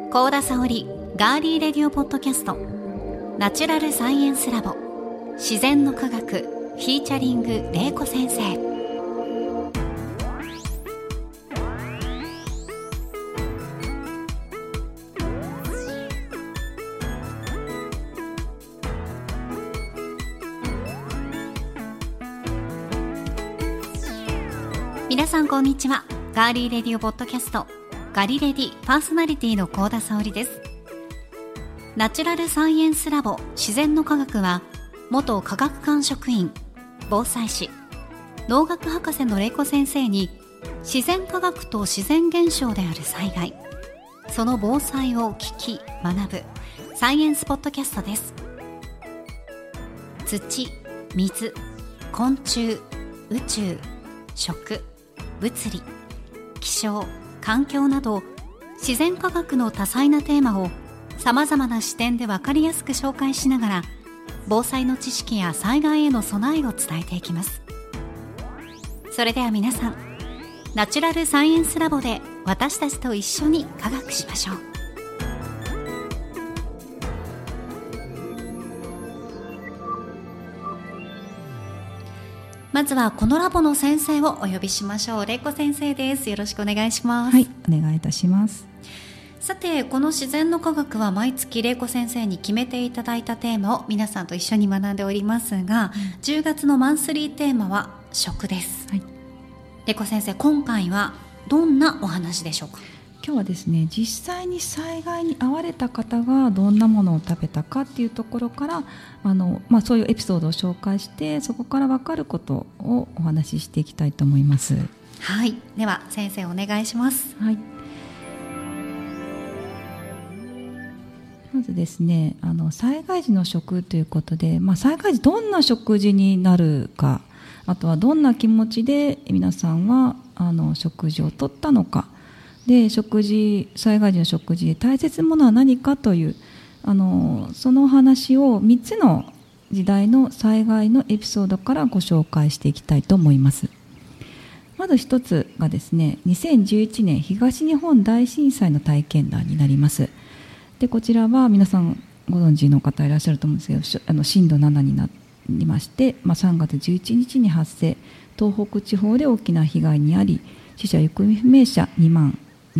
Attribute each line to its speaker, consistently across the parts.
Speaker 1: 幸田沙織ガーリーレディオポッドキャスト、ナチュラルサイエンスラボ、自然の科学フィーチャリング玲子先生。皆さんこんにちは。ガーリーレディオポッドキャストガリレディパーソナリティの幸田沙織です。ナチュラルサイエンスラボ自然の科学は、元科学館職員、防災士、農学博士の玲子先生に、自然科学と自然現象である災害、その防災を聞き学ぶサイエンスポッドキャストです。土、水、昆虫、宇宙、食、物理、気象、環境など自然科学の多彩なテーマをさまざまな視点で分かりやすく紹介しながら、防災の知識や災害への備えを伝えていきます。それでは皆さん、ナチュラルサイエンスラボで私たちと一緒に科学しましょう。まずはこのラボの先生をお呼びしましょう。玲子先生です。よろしくお願いします。
Speaker 2: はい、お願いいたします。
Speaker 1: さて、この自然の科学は毎月玲子先生に決めていただいたテーマを皆さんと一緒に学んでおりますが、10月のマンスリーテーマは食です。はい、玲子先生、今回はどんなお話でしょうか？
Speaker 2: 今日はですね、実際に災害に遭われた方がどんなものを食べたかっていうところからそういうエピソードを紹介して、そこから分かることをお話ししていきたいと思います。
Speaker 1: はい、では先生お願いします。
Speaker 2: はい、まずですね、災害時の食ということで、災害時どんな食事になるか、あとはどんな気持ちで皆さんは食事をとったのかで、災害時の食事で大切なものは何かというその話を3つの時代の災害のエピソードからご紹介していきたいと思います。まず一つがですね、2011年東日本大震災の体験談になります。で、こちらは皆さんご存知の方いらっしゃると思うんですけど、震度7になりまして、3月11日に発生、東北地方で大きな被害に遭り、死者行方不明者2万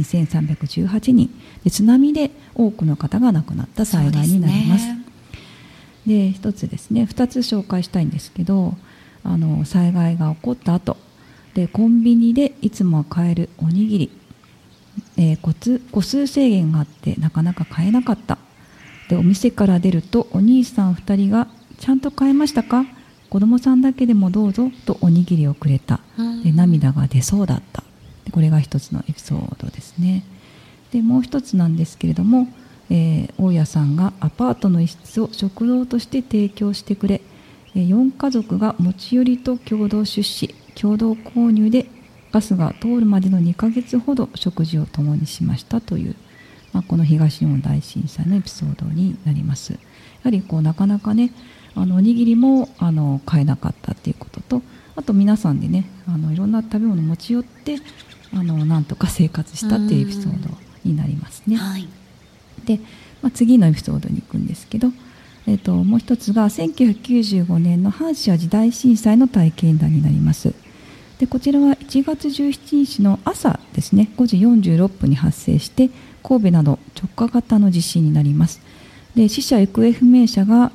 Speaker 2: 2318人で、津波で多くの方が亡くなった災害になります。で、一つですね、2つ紹介したいんですけど、災害が起こった後で、コンビニでいつもは買えるおにぎり、個数制限があってなかなか買えなかった。で、お店から出るとお兄さん2人がちゃんと買えましたか、子供さんだけでもどうぞとおにぎりをくれた。で、涙が出そうだった。これが一つのエピソードですね。で、もう一つなんですけれども、大家さんがアパートの一室を食堂として提供してくれ、4家族が持ち寄りと共同出資共同購入でガスが通るまでの2ヶ月ほど食事を共にしましたという、この東日本大震災のエピソードになります。やはりなかなかね、おにぎりも買えなかったっていうことと、あと皆さんでね、いろんな食べ物を持ち寄ってなんとか生活したっていうエピソードになりますね。はい、で、次のエピソードに行くんですけど、もう一つが1995年の阪神・淡路大震災の体験談になります。で、こちらは1月17日の朝ですね、5時46分に発生して神戸など直下型の地震になります。で、死者行方不明者が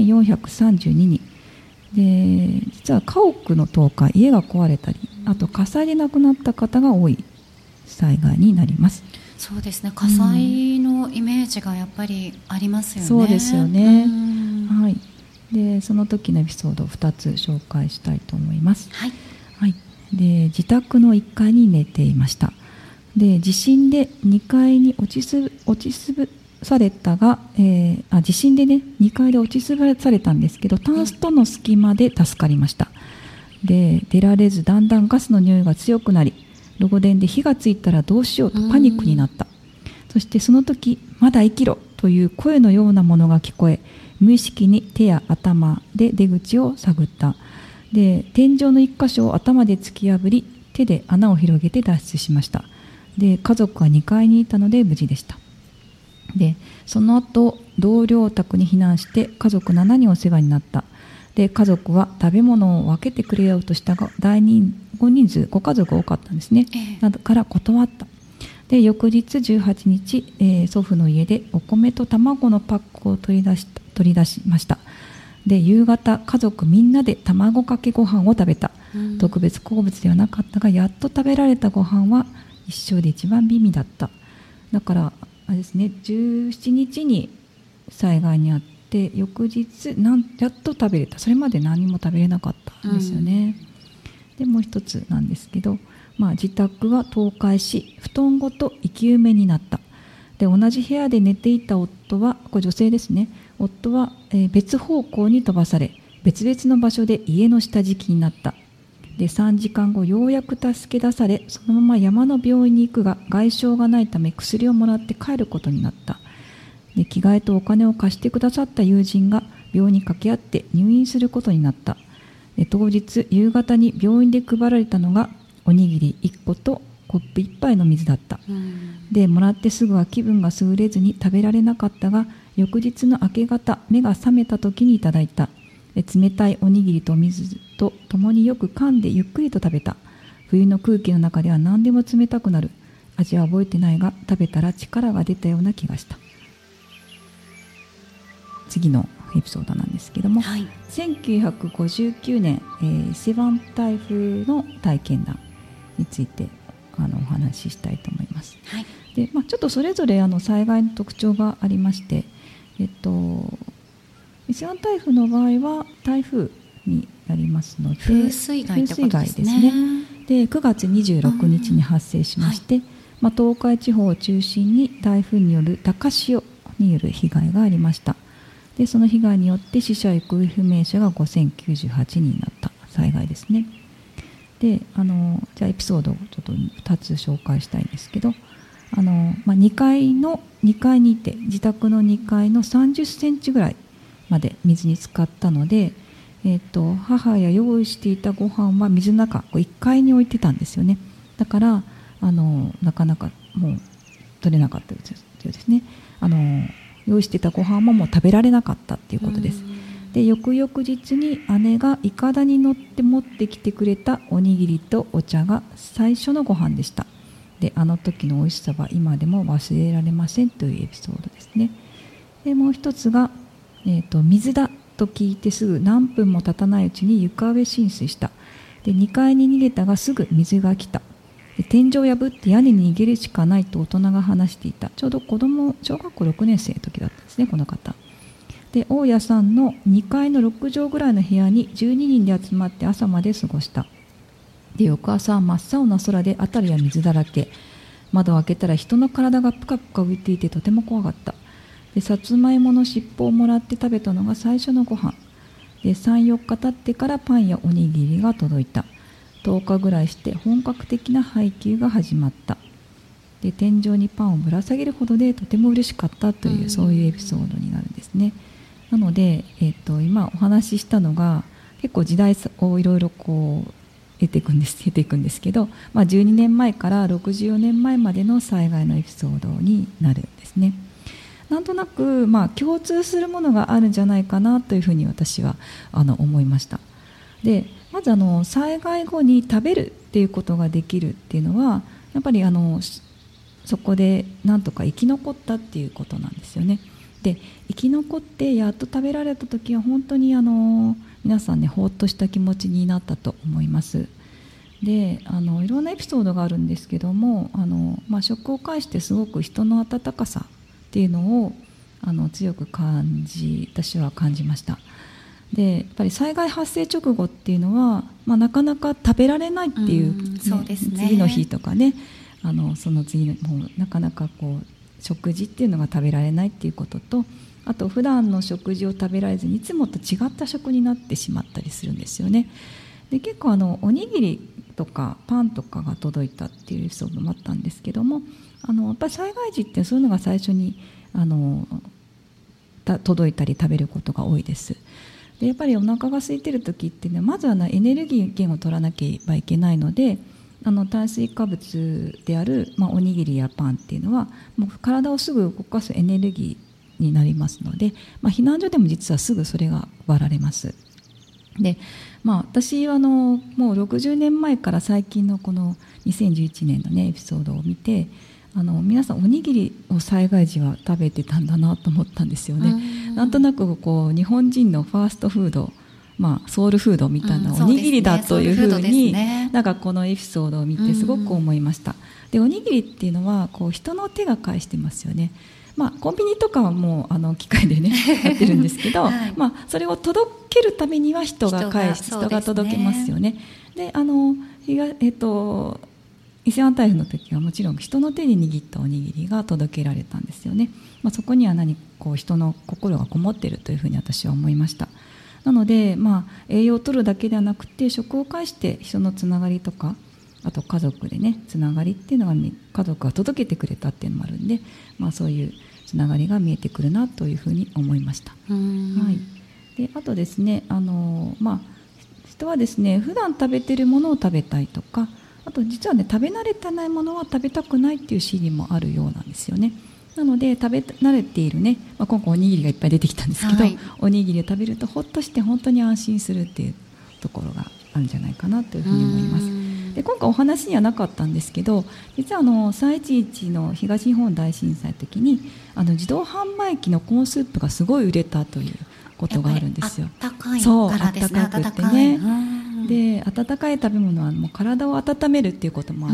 Speaker 2: 6432人で、実は家屋の倒壊、家が壊れたり、あと火災で亡くなった方が多い災害になります。
Speaker 1: そうですね、火災のイメージがやっぱりありますよね。
Speaker 2: そうですよね。はい、で、その時のエピソードを2つ紹介したいと思います。はいはい、で、自宅の1階に寝ていました。で、地震で2階に落ちつぶされたが、地震でね、2階で落ちつぶされたんですけど、タンスとの隙間で助かりました。で、出られずだんだんガスの匂いが強くなり、ロゴ電で火がついたらどうしようとパニックになった。そしてその時、まだ生きろという声のようなものが聞こえ、無意識に手や頭で出口を探った。で、天井の一箇所を頭で突き破り、手で穴を広げて脱出しました。で、家族は2階にいたので無事でした。 でその後同僚宅に避難して家族7人お世話になった。で家族は食べ物を分けてくれようとしたが大人数ご家族が多かったんですね、だから断った。で翌日18日、祖父の家でお米と卵のパックを取り出しました。で夕方家族みんなで卵かけご飯を食べた、特別好物ではなかったがやっと食べられたご飯は一生で一番美味だった。だからあれですね、17日に災害にあって翌日やっと食べれた。それまで何も食べれなかったんですよね、でもう一つなんですけど、自宅は倒壊し布団ごと生き埋めになった。で同じ部屋で寝ていた夫は、これ女性ですね、夫は、別方向に飛ばされ別々の場所で家の下敷きになった。で3時間後ようやく助け出されそのまま山の病院に行くが外傷がないため薬をもらって帰ることになった。で着替えとお金を貸してくださった友人が病院に掛け合って入院することになった。で当日夕方に病院で配られたのがおにぎり1個とコップ1杯の水だった、でもらってすぐは気分が優れずに食べられなかったが翌日の明け方目が覚めた時にいただいた。冷たいおにぎりと水とともによく噛んでゆっくりと食べた。冬の空気の中では何でも冷たくなる。味は覚えてないが食べたら力が出たような気がした。次のエピソードなんですけども、1959年、伊勢湾台風の体験談についてお話ししたいと思います、でちょっとそれぞれ災害の特徴がありまして、伊勢湾台風の場合は台風になりますので
Speaker 1: 風水害ってことですね。
Speaker 2: で9月26日に発生しまして、東海地方を中心に台風による高潮による被害がありました。でその被害によって死者行方不明者が5098人になった災害ですね。でじゃあエピソードをちょっと2つ紹介したいんですけど、2階にいて自宅の2階の30センチぐらいまで水に浸かったので、母や用意していたご飯は水の中1階に置いてたんですよね。だからなかなかもう取れなかったというですね、用意していたご飯ももう食べられなかったっていうことです。で翌々日に姉がいかだに乗って持ってきてくれたおにぎりとお茶が最初のご飯でした。であの時の美味しさは今でも忘れられませんというエピソードですね。でもう一つが水だと聞いてすぐ何分も経たないうちに床上浸水した。で2階に逃げたがすぐ水が来た。で天井を破って屋根に逃げるしかないと大人が話していた。ちょうど小学校6年生の時だったんですね、この方で。大家さんの2階の6畳ぐらいの部屋に12人で集まって朝まで過ごした。で翌朝は真っ青な空で辺りは水だらけ。窓を開けたら人の体がプカプカ浮いていてとても怖かった。でさつまいもの尻尾をもらって食べたのが最初のご飯で、3、4日経ってからパンやおにぎりが届いた。10日ぐらいして本格的な配給が始まった。で天井にパンをぶら下げるほどでとても嬉しかったという、そういうエピソードになるんですね。なので、今お話ししたのが結構時代をいろいろ経ていくんですけど、12年前から64年前までの災害のエピソードになるんですね。なんとなく、共通するものがあるんじゃないかなというふうに私は思いました。でまず災害後に食べるっていうことができるっていうのはやっぱりそこでなんとか生き残ったっていうことなんですよね。で生き残ってやっと食べられた時は本当に皆さんねほっとした気持ちになったと思います。でいろんなエピソードがあるんですけども食を介してすごく人の温かさっていうのを強く私は感じました。でやっぱり災害発生直後っていうのは、なかなか食べられないっていう、
Speaker 1: そうですね、
Speaker 2: 次の日とかねその次のもうなかなか食事っていうのが食べられないっていうことと、あと普段の食事を食べられずにいつもと違った食になってしまったりするんですよね。で結構おにぎりとかパンとかが届いたっていうエピソードもあったんですけども、やっぱり災害時ってそういうのが最初に届いたり食べることが多いです。でやっぱりお腹が空いてる時っていうのはまずはエネルギー源を取らなければいけないので、 炭水化物である、おにぎりやパンっていうのはもう体をすぐ動かすエネルギーになりますので、避難所でも実はすぐそれが割られます。で、私はもう60年前から最近のこの2011年のねエピソードを見て、皆さんおにぎりを災害時は食べてたんだなと思ったんですよね。なんとなくこう日本人のファーストフード、ソウルフードみたいなおにぎりだというふうに、なんかこのエピソードを見てすごく思いました。でおにぎりっていうのはこう人の手が介してますよね。コンビニとかはもう機械でねやってるんですけど、はい、それを届けるためには人が届けますよね。で伊勢湾台風の時はもちろん人の手で握ったおにぎりが届けられたんですよね。そこにはこう人の心がこもっているというふうに私は思いました。なので、栄養を取るだけではなくて食を介して人のつながりとか、あと家族でねつながりっていうのが家族が届けてくれたっていうのもあるんで、そういうつながりが見えてくるなというふうに思いました。はい、であとですね人はですね普段食べているものを食べたいとか、あと実はね食べ慣れてないものは食べたくないっていう心理もあるようなんですよね。なので食べ慣れているね、今回おにぎりがいっぱい出てきたんですけど、はい、おにぎりを食べるとほっとして本当に安心するっていうところがあるんじゃないかなというふうに思います。で今回お話にはなかったんですけど、実は311の東日本大震災の時に自動販売機のコーンスープがすごい売れたということがあるんですよ。
Speaker 1: あったかいからですね。
Speaker 2: 温かくてね。で温かい食べ物はもう体を温めるっていうこともあって、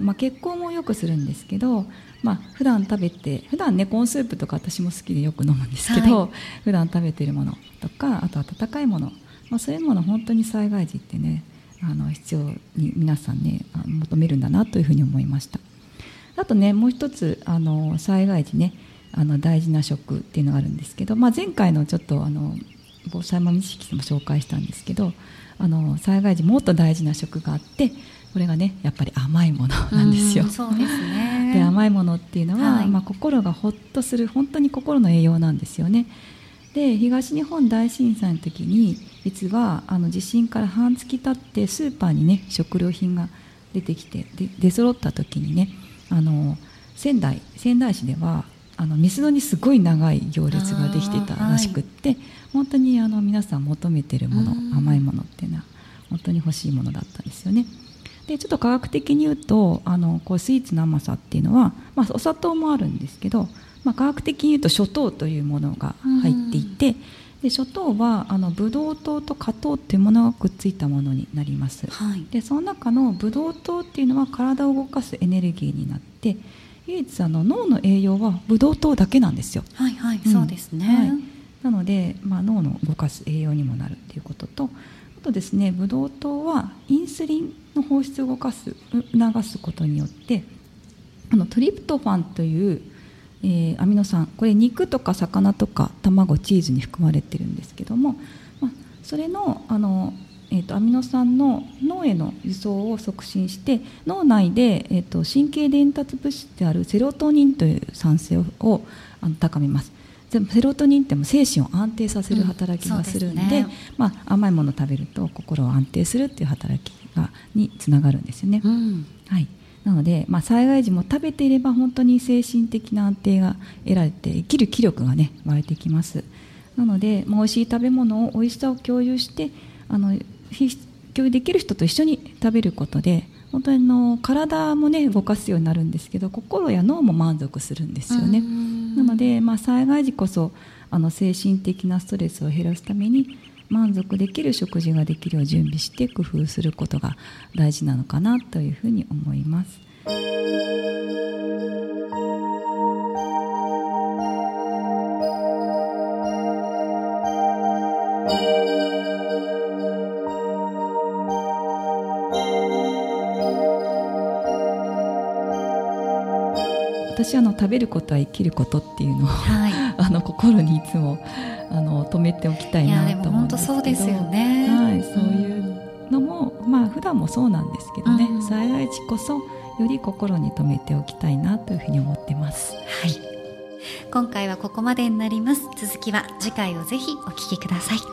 Speaker 2: 血行もよくするんですけど、普段ねコーンスープとか私も好きでよく飲むんですけど、はい、普段食べているものとか、あと温かいもの、そういうもの本当に災害時ってね必要に皆さんね求めるんだなというふうに思いました。あとねもう一つ災害時ね大事な食っていうのがあるんですけど、前回のちょっと防災豆知識でも紹介したんですけど、災害時もっと大事な食があって、これがねやっぱり甘いものなんですよ。
Speaker 1: そうですね。
Speaker 2: で甘いものっていうのは、
Speaker 1: はい、
Speaker 2: 心がほっとする本当に心の栄養なんですよね。で東日本大震災の時に実は地震から半月経ってスーパーにね食料品が出てきて出揃った時にね仙台市ではミスドにすごい長い行列ができてたらしくって、はい、本当に皆さん求めてるもの、甘いものっていうのは本当に欲しいものだったんですよね。でちょっと科学的に言うとこうスイーツの甘さっていうのは、お砂糖もあるんですけど、科学的に言うとショ糖というものが入っていて、でショ糖はブドウ糖と果糖っていうものがくっついたものになります。
Speaker 1: はい、
Speaker 2: でその中のブドウ糖っていうのは体を動かすエネルギーになって、唯一脳の栄養はブドウ糖だけなんですよ。
Speaker 1: はいはい、そうですね。はい、
Speaker 2: なので、脳の動かす栄養にもなるっていうことと、あとですねブドウ糖はインスリンの放出を促すことによってトリプトファンというアミノ酸、これ肉とか魚とか卵チーズに含まれてるんですけども、それのアミノ酸の脳への輸送を促進して脳内で、神経伝達物質であるセロトニンという産生を高めます。セロトニンっても精神を安定させる働きがするんで、甘いものを食べると心を安定するっていう働きにつながるんですよね。はい、なので、災害時も食べていれば本当に精神的な安定が得られて生きる気力がね湧いてきます。なので、美味しい食べ物を美味しさを共有して共有できる人と一緒に食べることで本当に体もね動かすようになるんですけど、心や脳も満足するんですよね。なので、災害時こそ精神的なストレスを減らすために満足できる食事ができるよう準備して工夫することが大事なのかなというふうに思います。私食べることは生きることっていうのを、はい、心にいつも止めておきたいなと思うんですけど、
Speaker 1: 本当そうですよね。
Speaker 2: はい、そういうのも、普段もそうなんですけどね、災害時こそより心に留めておきたいなというふうに思ってます。
Speaker 1: はい、今回はここまでになります。続きは次回をぜひお聞きください。はい。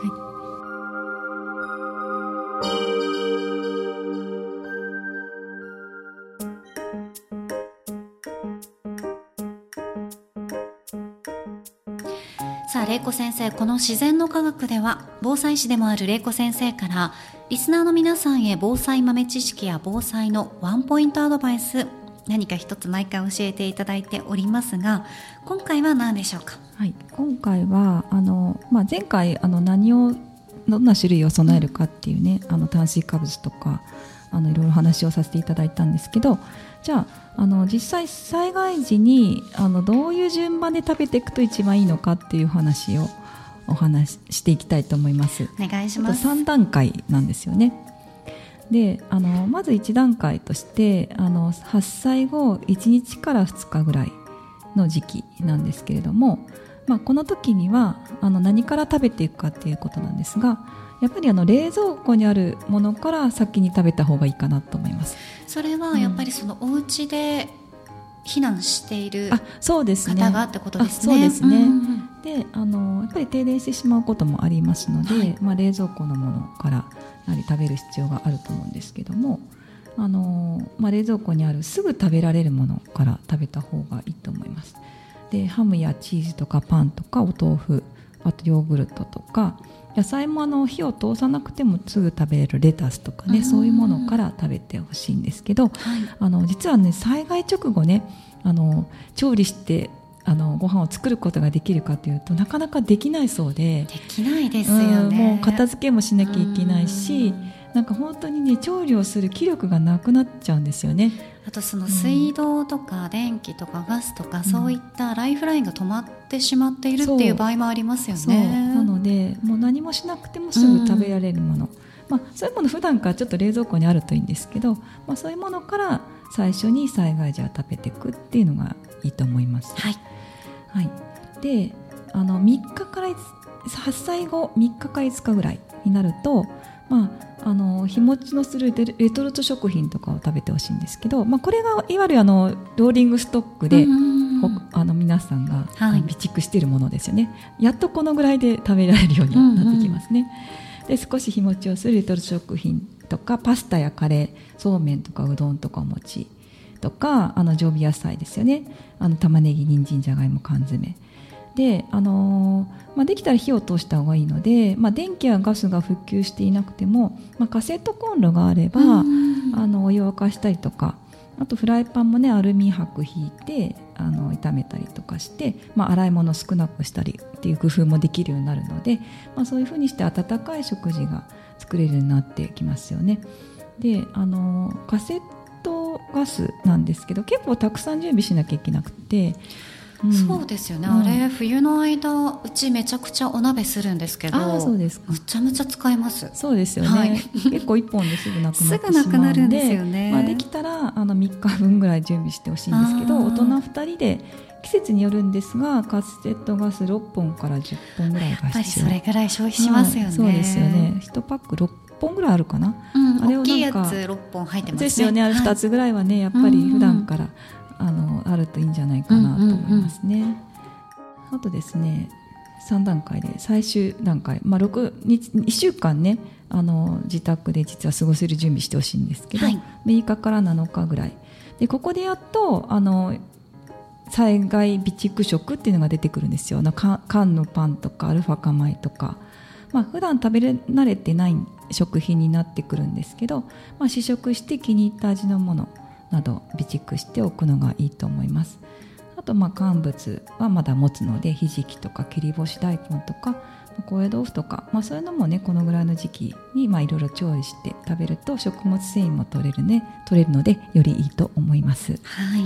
Speaker 1: さあ、玲子先生、この自然の科学では防災士でもある玲子先生からリスナーの皆さんへ防災豆知識や防災のワンポイントアドバイス、何か一つ毎回教えていただいておりますが、今回は何でしょうか？
Speaker 2: はい、今回は前回どんな種類を備えるかっていうね、炭水化物とかいろいろ話をさせていただいたんですけど、じゃあ実際災害時にどういう順番で食べていくと一番いいのかっていう話をお話ししていきたいと思います。
Speaker 1: お願いします。
Speaker 2: 3段階なんですよね。でまず1段階として発災後1日から2日ぐらいの時期なんですけれども、この時には何から食べていくかっていうことなんですが、やっぱり冷蔵庫にあるものから先に食べた方がいいかなと思います。
Speaker 1: それはやっぱりそのお家で避難している
Speaker 2: そうですね、
Speaker 1: 方がってことですね。
Speaker 2: そうですね、でやっぱり停電してしまうこともありますので、冷蔵庫のものからやはり食べる必要があると思うんですけども、冷蔵庫にあるすぐ食べられるものから食べた方がいいと思います。でハムやチーズとかパンとかお豆腐、あとヨーグルトとか野菜も火を通さなくてもすぐ食べれるレタスとかね、そういうものから食べてほしいんですけど、実はね、災害直後ね調理してご飯を作ることができるかというとなかなかできないそうで。
Speaker 1: できないですよね。
Speaker 2: もう片付けもしなきゃいけないし、なんか本当にね調理をする気力がなくなっちゃうんですよね。
Speaker 1: あとその水道とか電気とかガスとか、そういったライフラインが止まってしまっているっていう場合もありますよね。
Speaker 2: なのでもう何もしなくてもすぐ食べられるもの、そういうもの普段からちょっと冷蔵庫にあるといいんですけど、そういうものから最初に災害時は食べていくっていうのがいいと思います。
Speaker 1: はい、
Speaker 2: はい、で3日から発災後3日か5日ぐらいになると、日持ちのするレトルト食品とかを食べてほしいんですけど、これがいわゆるローリングストックで、皆さんが備蓄しているものですよね。やっとこのぐらいで食べられるようになってきますね。で少し日持ちをするレトルト食品とかパスタやカレー、そうめんとかうどんとかお餅とか常備野菜ですよね。玉ねぎ、人参、じゃがいも、缶詰で、できたら火を通した方がいいので、電気やガスが復旧していなくても、カセットコンロがあればお湯を沸かしたりとか、あとフライパンもねアルミ箔引いて炒めたりとかして、洗い物を少なくしたりっていう工夫もできるようになるので、そういうふうにして温かい食事が作れるようになってきますよね。でカセットガスなんですけど結構たくさん準備しなきゃいけなくて、
Speaker 1: そうですよね、あれ冬の間うちめちゃくちゃお鍋するんですけど、
Speaker 2: そうですか。
Speaker 1: むちゃむちゃ使えます。
Speaker 2: そうですよね、結構1本ですぐなくなってしまうので、
Speaker 1: すぐなくなるんですよね。
Speaker 2: できたら3日分ぐらい準備してほしいんですけど、大人2人で季節によるんですがカセットガス6本から10本ぐらいが必要。やっぱり
Speaker 1: それぐらい消費しますよね。
Speaker 2: そうですよね。1パック6本ぐらいあるかな、
Speaker 1: あれを大きいやつ6本入ってますね。
Speaker 2: ですよね。あれ2つぐらいはねやっぱり普段からあるといいんじゃないかなと思いますね。あとですね、3段階で最終段階、1週間ね自宅で実は過ごせる準備してほしいんですけど、6日から7日ぐらいで、ここでやっと災害備蓄食っていうのが出てくるんですよ。缶のパンとかアルファ化米とか、普段食べ慣れてない食品になってくるんですけど、試食して気に入った味のものなど備蓄しておくのがいいと思います。あと乾物はまだ持つので、ひじきとか切り干し大根とか高野豆腐とか、そういうのもねこのぐらいの時期にいろいろ調理して食べると食物繊維も取れるのでよりいいと思います。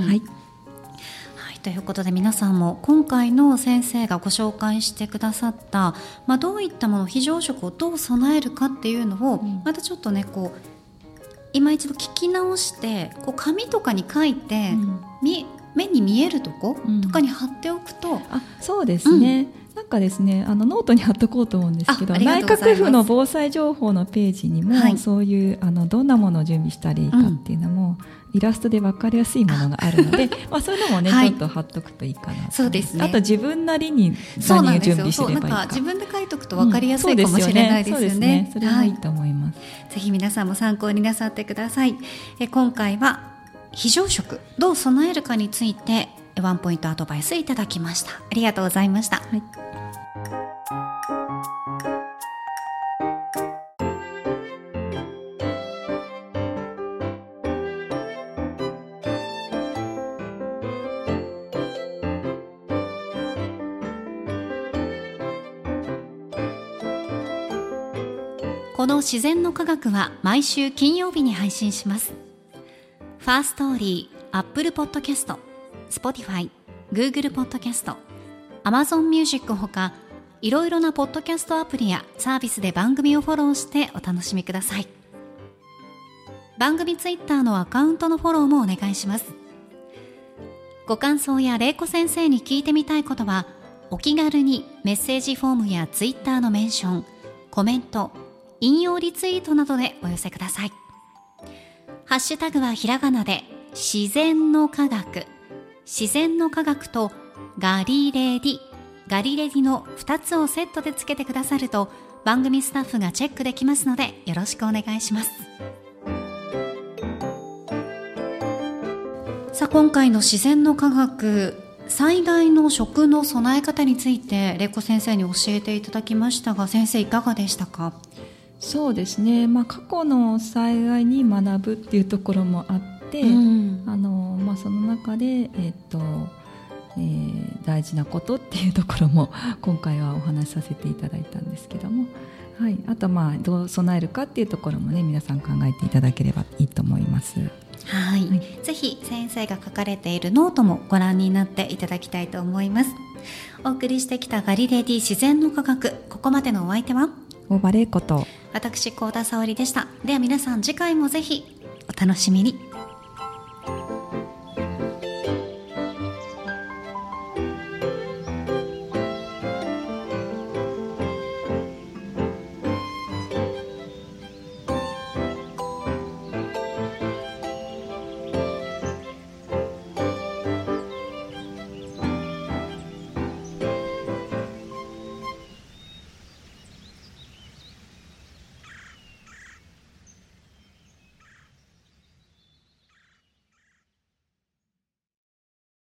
Speaker 1: ということで皆さんも今回の先生がご紹介してくださった、どういったもの非常食をどう備えるかっていうのを、またちょっとね今一度聞き直して紙とかに書いて、目に見えるとことかに貼っておくと、
Speaker 2: そうですね、なんかですねノートに貼っとこうと思うんですけど、内閣府の防災情報のページにも、そういうどんなものを準備したらいいかっていうのも、イラストで分かりやすいものがあるのでそういうのもね、ちょっと貼っとくといいかなと。
Speaker 1: そうですね。
Speaker 2: あと自分なりに何を準備すればいいか、
Speaker 1: 自分で書いとくと分かりやすいかもしれないですよね。
Speaker 2: それもいいと思います。
Speaker 1: ぜひ皆さんも参考になさってください。今回は非常食どう備えるかについてワンポイントアドバイスいただきました。ありがとうございました。 この自然の科学は毎週金曜日に配信します。ファーストーリー、Apple Podcast、Spotify、Google Podcast、Amazon Music ほか、いろいろなポッドキャストアプリやサービスで番組をフォローしてお楽しみください。番組ツイッターのアカウントのフォローもお願いします。ご感想や玲子先生に聞いてみたいことは、お気軽にメッセージフォームやツイッターのメンション、コメント、引用リツイートなどでお寄せください。ハッシュタグはひらがなで自然の科学、自然の科学とガリレディの2つをセットでつけてくださると番組スタッフがチェックできますので、よろしくお願いします。さあ、今回の自然の科学、災害の食の備え方について玲子先生に教えていただきましたが、先生いかがでしたか？
Speaker 2: そうですね、過去の災害に学ぶっていうところもあって、その中で、大事なことっていうところも今回はお話しさせていただいたんですけども、はい、あとどう備えるかっていうところもね、皆さん考えていただければいいと思います。
Speaker 1: はい、ぜひ先生が書かれているノートもご覧になっていただきたいと思います。お送りしてきたガリレディ自然の科学、ここまでのお相手は
Speaker 2: 大場玲子と
Speaker 1: 私幸田沙織でした。では皆さん、次回もぜひお楽しみに。